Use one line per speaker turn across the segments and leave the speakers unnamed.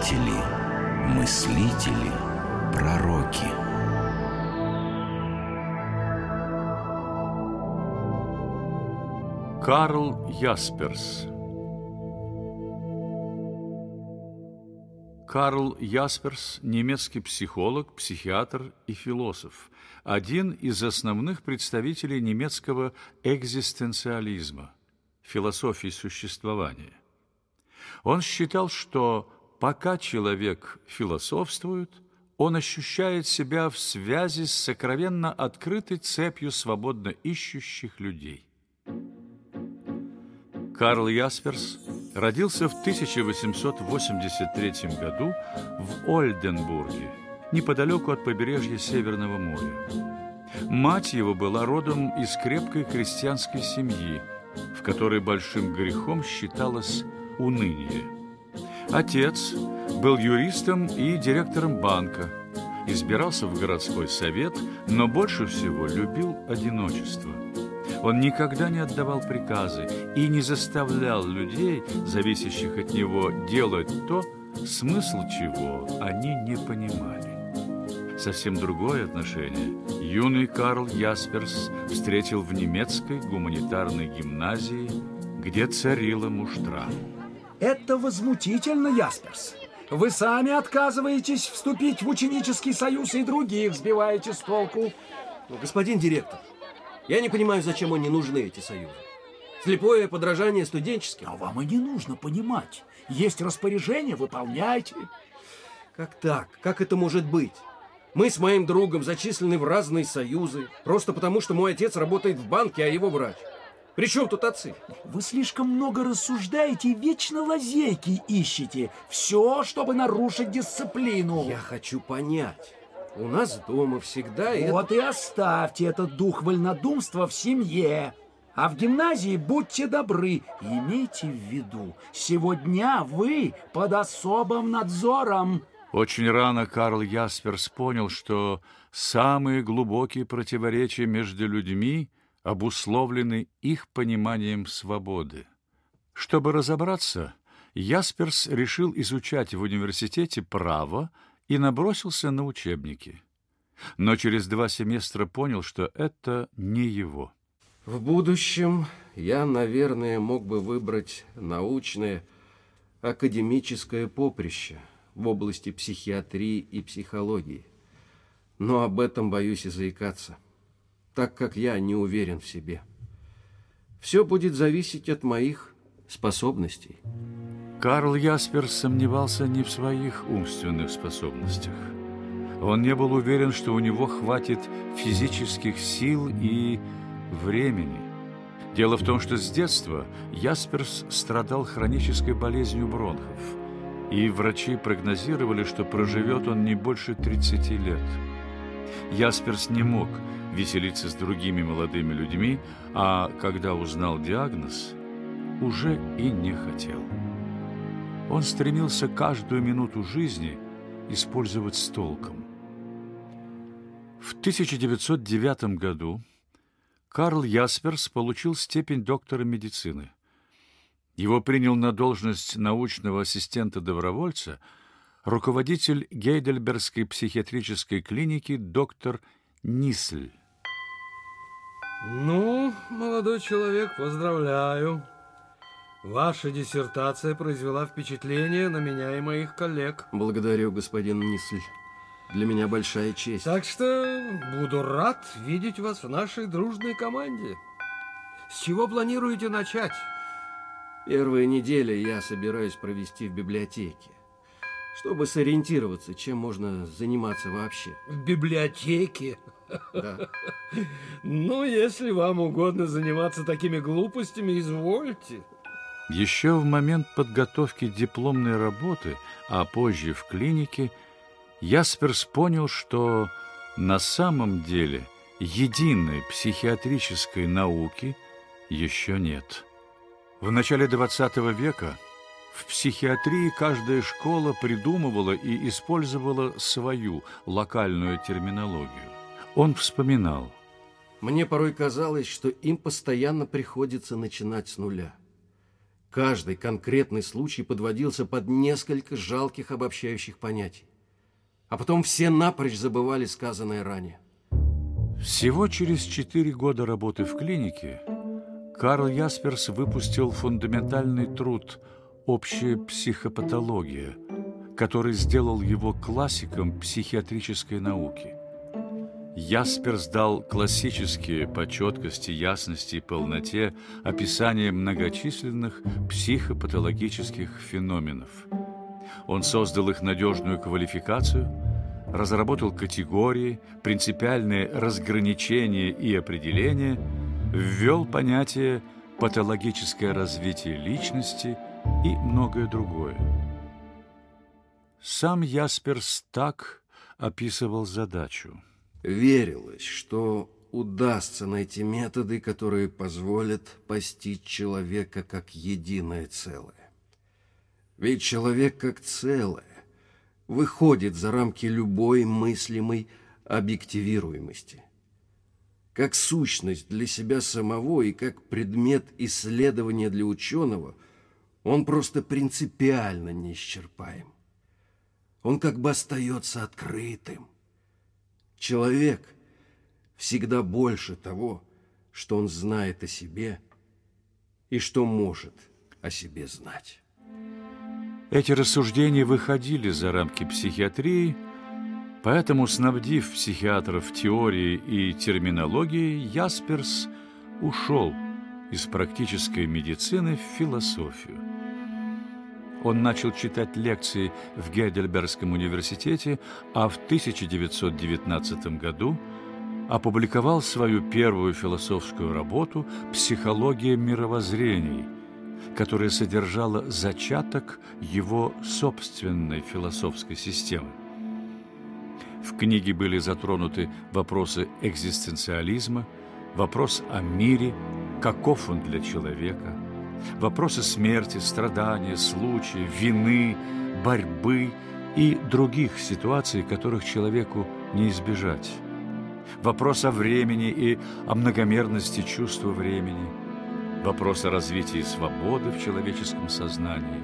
учители, мыслители, пророки.
Карл Ясперс. Карл Ясперс – немецкий психолог, психиатр и философ, один из основных представителей немецкого экзистенциализма, философии существования. Он считал, что пока человек философствует, он ощущает себя в связи с сокровенно открытой цепью свободно ищущих людей. Карл Ясперс родился в 1883 году в Ольденбурге, неподалеку от побережья Северного моря. Мать его была родом из крепкой крестьянской семьи, в которой большим грехом считалось уныние. Отец был юристом и директором банка, избирался в городской совет, но больше всего любил одиночество. Он никогда не отдавал приказы и не заставлял людей, зависящих от него, делать то, смысл чего они не понимали. Совсем другое отношение юный Карл Ясперс встретил в немецкой гуманитарной гимназии, где царила муштра.
Это возмутительно, Ясперс. Вы сами отказываетесь вступить в ученический союз и других сбиваете с толку.
Господин директор, я не понимаю, зачем они нужны, эти союзы. Слепое подражание студенческим.
А вам и не нужно понимать. Есть распоряжение, выполняйте.
Как так? Как это может быть? Мы с моим другом зачислены в разные союзы, просто потому, что мой отец работает в банке, а его врач. При чем тут отцы?
Вы слишком много рассуждаете и вечно лазейки ищете. Все, чтобы нарушить дисциплину.
Я хочу понять. У нас дома всегда
Вот и оставьте этот дух вольнодумства в семье. А в гимназии будьте добры. Имейте в виду, сегодня вы под особым надзором.
Очень рано Карл Ясперс понял, что самые глубокие противоречия между людьми обусловлены их пониманием свободы. Чтобы разобраться, Ясперс решил изучать в университете право и набросился на учебники. Но через 2 семестра понял, что это не его.
В будущем я, наверное, мог бы выбрать научное, академическое поприще в области психиатрии и психологии. Но об этом боюсь и заикаться, так как я не уверен в себе. Все будет зависеть от моих способностей.
Карл Ясперс сомневался не в своих умственных способностях. Он не был уверен, что у него хватит физических сил и времени. Дело в том, что с детства Ясперс страдал хронической болезнью бронхов, и врачи прогнозировали, что проживет он не больше 30 лет. Ясперс не мог веселиться с другими молодыми людьми, а когда узнал диагноз, уже и не хотел. Он стремился каждую минуту жизни использовать с толком. В 1909 году Карл Ясперс получил степень доктора медицины. Его принял на должность научного ассистента-добровольца руководитель Гейдельбергской психиатрической клиники доктор Нисль.
Ну, молодой человек, поздравляю. Ваша диссертация произвела впечатление на меня и моих коллег.
Благодарю, господин Нисль. Для меня большая честь.
Так что буду рад видеть вас в нашей дружной команде. С чего планируете начать?
Первые недели я собираюсь провести в библиотеке, чтобы сориентироваться, чем можно заниматься вообще.
В библиотеке?
Да.
Ну, если вам угодно заниматься такими глупостями, извольте.
Еще в момент подготовки дипломной работы, а позже в клинике, Ясперс понял, что на самом деле единой психиатрической науки еще нет. В начале XX века в психиатрии каждая школа придумывала и использовала свою локальную терминологию. Он вспоминал.
Мне порой казалось, что им постоянно приходится начинать с нуля. Каждый конкретный случай подводился под несколько жалких обобщающих понятий. А потом все напрочь забывали сказанное ранее.
Всего через 4 года работы в клинике Карл Ясперс выпустил фундаментальный труд «Общая психопатология», который сделал его классиком психиатрической науки. Ясперс дал классические по четкости, ясности и полноте описания многочисленных психопатологических феноменов. Он создал их надежную квалификацию, разработал категории, принципиальные разграничения и определения, ввел понятие патологическое развитие личности и многое другое. Сам Ясперс так описывал задачу.
Верилось, что удастся найти методы, которые позволят постичь человека как единое целое. Ведь человек как целое выходит за рамки любой мыслимой объективируемости. Как сущность для себя самого и как предмет исследования для ученого, он просто принципиально неисчерпаем. Он как бы остается открытым. Человек всегда больше того, что он знает о себе и что может о себе знать.
Эти рассуждения выходили за рамки психиатрии, поэтому, снабдив психиатров теорией и терминологией, Ясперс ушел из практической медицины в философию. Он начал читать лекции в Гейдельбергском университете, а в 1919 году опубликовал свою первую философскую работу «Психология мировоззрений», которая содержала зачаток его собственной философской системы. В книге были затронуты вопросы экзистенциализма, вопрос о мире, каков он для человека, вопросы смерти, страдания, случая, вины, борьбы и других ситуаций, которых человеку не избежать. Вопрос о времени и о многомерности чувства времени. Вопрос о развитии свободы в человеческом сознании.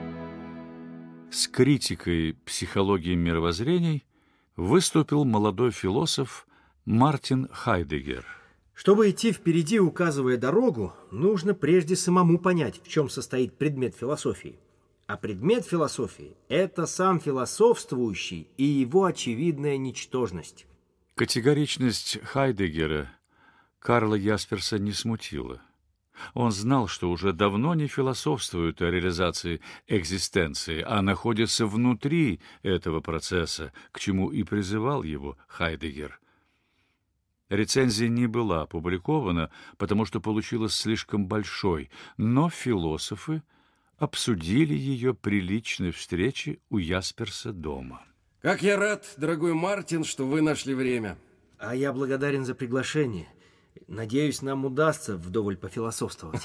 С критикой психологии мировоззрений выступил молодой философ Мартин Хайдеггер.
Чтобы идти впереди, указывая дорогу, нужно прежде самому понять, в чем состоит предмет философии. А предмет философии – это сам философствующий и его очевидная ничтожность.
Категоричность Хайдеггера Карла Ясперса не смутила. Он знал, что уже давно не философствует о реализации экзистенции, а находится внутри этого процесса, к чему и призывал его Хайдеггер. Рецензия не была опубликована, потому что получилась слишком большой, но философы обсудили ее при личной встрече у Ясперса дома.
Как я рад, дорогой Мартин, что вы нашли время.
А я благодарен за приглашение. Надеюсь, нам удастся вдоволь пофилософствовать.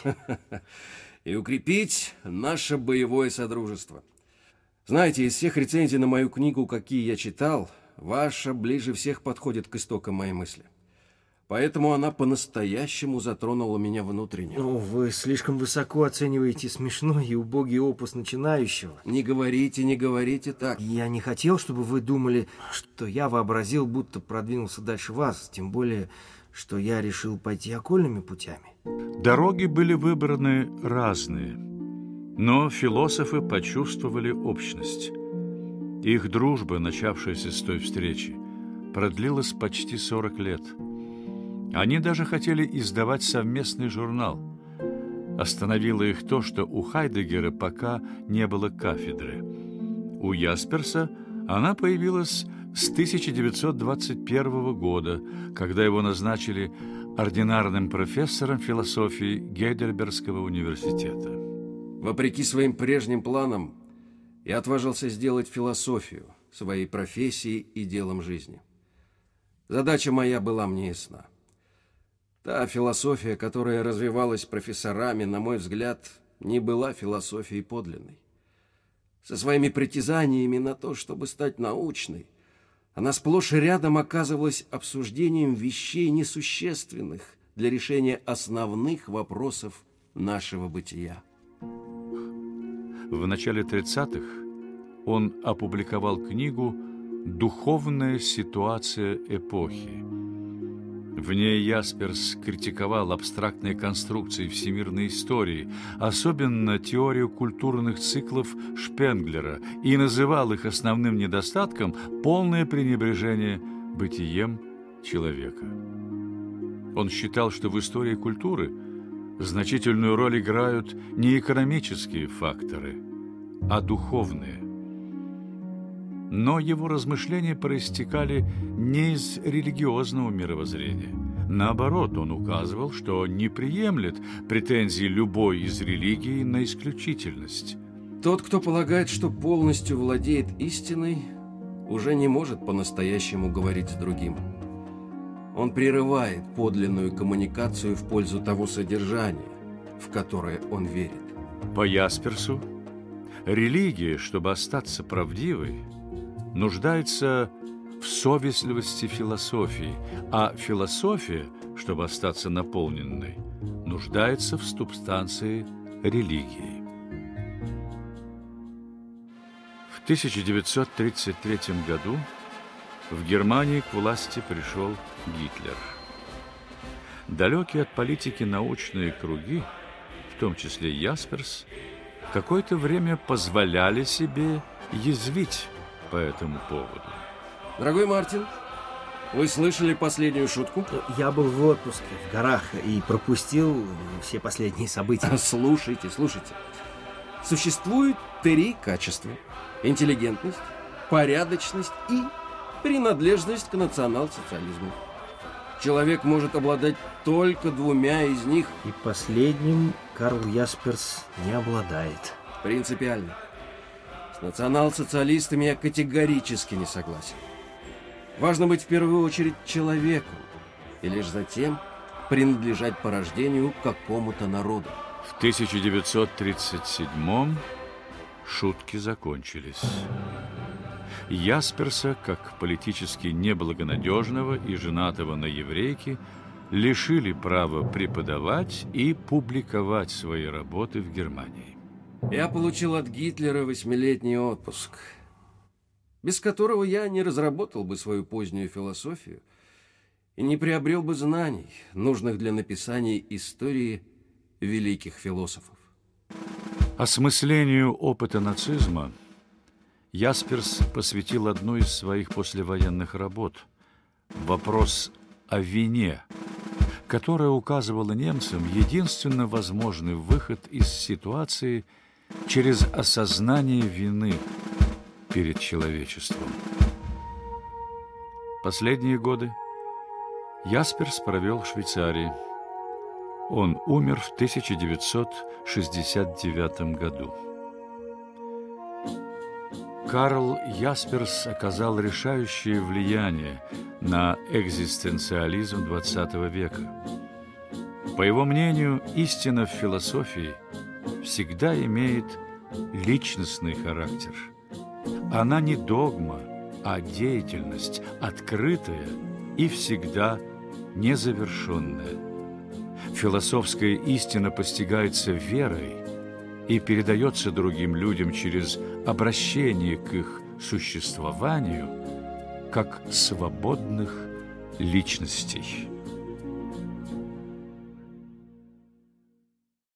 И укрепить наше боевое содружество. Знаете, из всех рецензий на мою книгу, какие я читал, ваша ближе всех подходит к истокам моей мысли. Поэтому она по-настоящему затронула меня внутренне.
Ну, вы слишком высоко оцениваете смешной и убогий опус начинающего.
Не говорите так.
Я не хотел, чтобы вы думали, что я вообразил, будто продвинулся дальше вас, тем более, что я решил пойти окольными путями.
Дороги были выбраны разные, но философы почувствовали общность. Их дружба, начавшаяся с той встречи, продлилась почти 40 лет. Они даже хотели издавать совместный журнал. Остановило их то, что у Хайдеггера пока не было кафедры. У Ясперса она появилась с 1921 года, когда его назначили ординарным профессором философии Гейдельбергского университета.
Вопреки своим прежним планам, я отважился сделать философию своей профессией и делом жизни. Задача моя была мне ясна. Та философия, которая развивалась профессорами, на мой взгляд, не была философией подлинной. Со своими притязаниями на то, чтобы стать научной, она сплошь и рядом оказывалась обсуждением вещей несущественных для решения основных вопросов нашего бытия.
в начале 30-х он опубликовал книгу «Духовная ситуация эпохи». В ней Ясперс критиковал абстрактные конструкции всемирной истории, особенно теорию культурных циклов Шпенглера, и называл их основным недостатком полное пренебрежение бытием человека. Он считал, что в истории культуры значительную роль играют не экономические факторы, а духовные. Но его размышления проистекали не из религиозного мировоззрения. Наоборот, он указывал, что не приемлет претензий любой из религий на исключительность.
Тот, кто полагает, что полностью владеет истиной, уже не может по-настоящему говорить с другим. Он прерывает подлинную коммуникацию в пользу того содержания, в которое он верит.
По Ясперсу, религия, чтобы остаться правдивой, нуждается в совестливости философии, а философия, чтобы остаться наполненной, нуждается в субстанции религии. В 1933 году в Германии к власти пришел Гитлер. Далекие от политики научные круги, в том числе Ясперс, какое-то время позволяли себе язвить по этому поводу.
Дорогой Мартин, вы слышали последнюю шутку?
Я был в отпуске в горах и пропустил все последние события.
Слушайте. Существует 3 качества: интеллигентность, порядочность и принадлежность к национал-социализму. Человек может обладать только 2 из них.
И последним Карл Ясперс не обладает.
Принципиально. С национал-социалистами я категорически не согласен. Важно быть в первую очередь человеком, и лишь затем принадлежать по рождению какому-то народу.
В 1937-м шутки закончились. Ясперса, как политически неблагонадежного и женатого на еврейке, лишили права преподавать и публиковать свои работы в Германии.
Я получил от Гитлера 8-летний отпуск, без которого я не разработал бы свою позднюю философию и не приобрел бы знаний, нужных для написания истории великих философов.
Осмыслению опыта нацизма Ясперс посвятил одну из своих послевоенных работ «Вопрос о вине», которая указывала немцам единственно возможный выход из ситуации через осознание вины перед человечеством. Последние годы Ясперс провел в Швейцарии. Он умер в 1969 году. Карл Ясперс оказал решающее влияние на экзистенциализм XX века. По его мнению, истина в философии всегда имеет личностный характер. Она не догма, а деятельность, открытая и всегда незавершенная. Философская истина постигается верой и передается другим людям через обращение к их существованию как свободных личностей.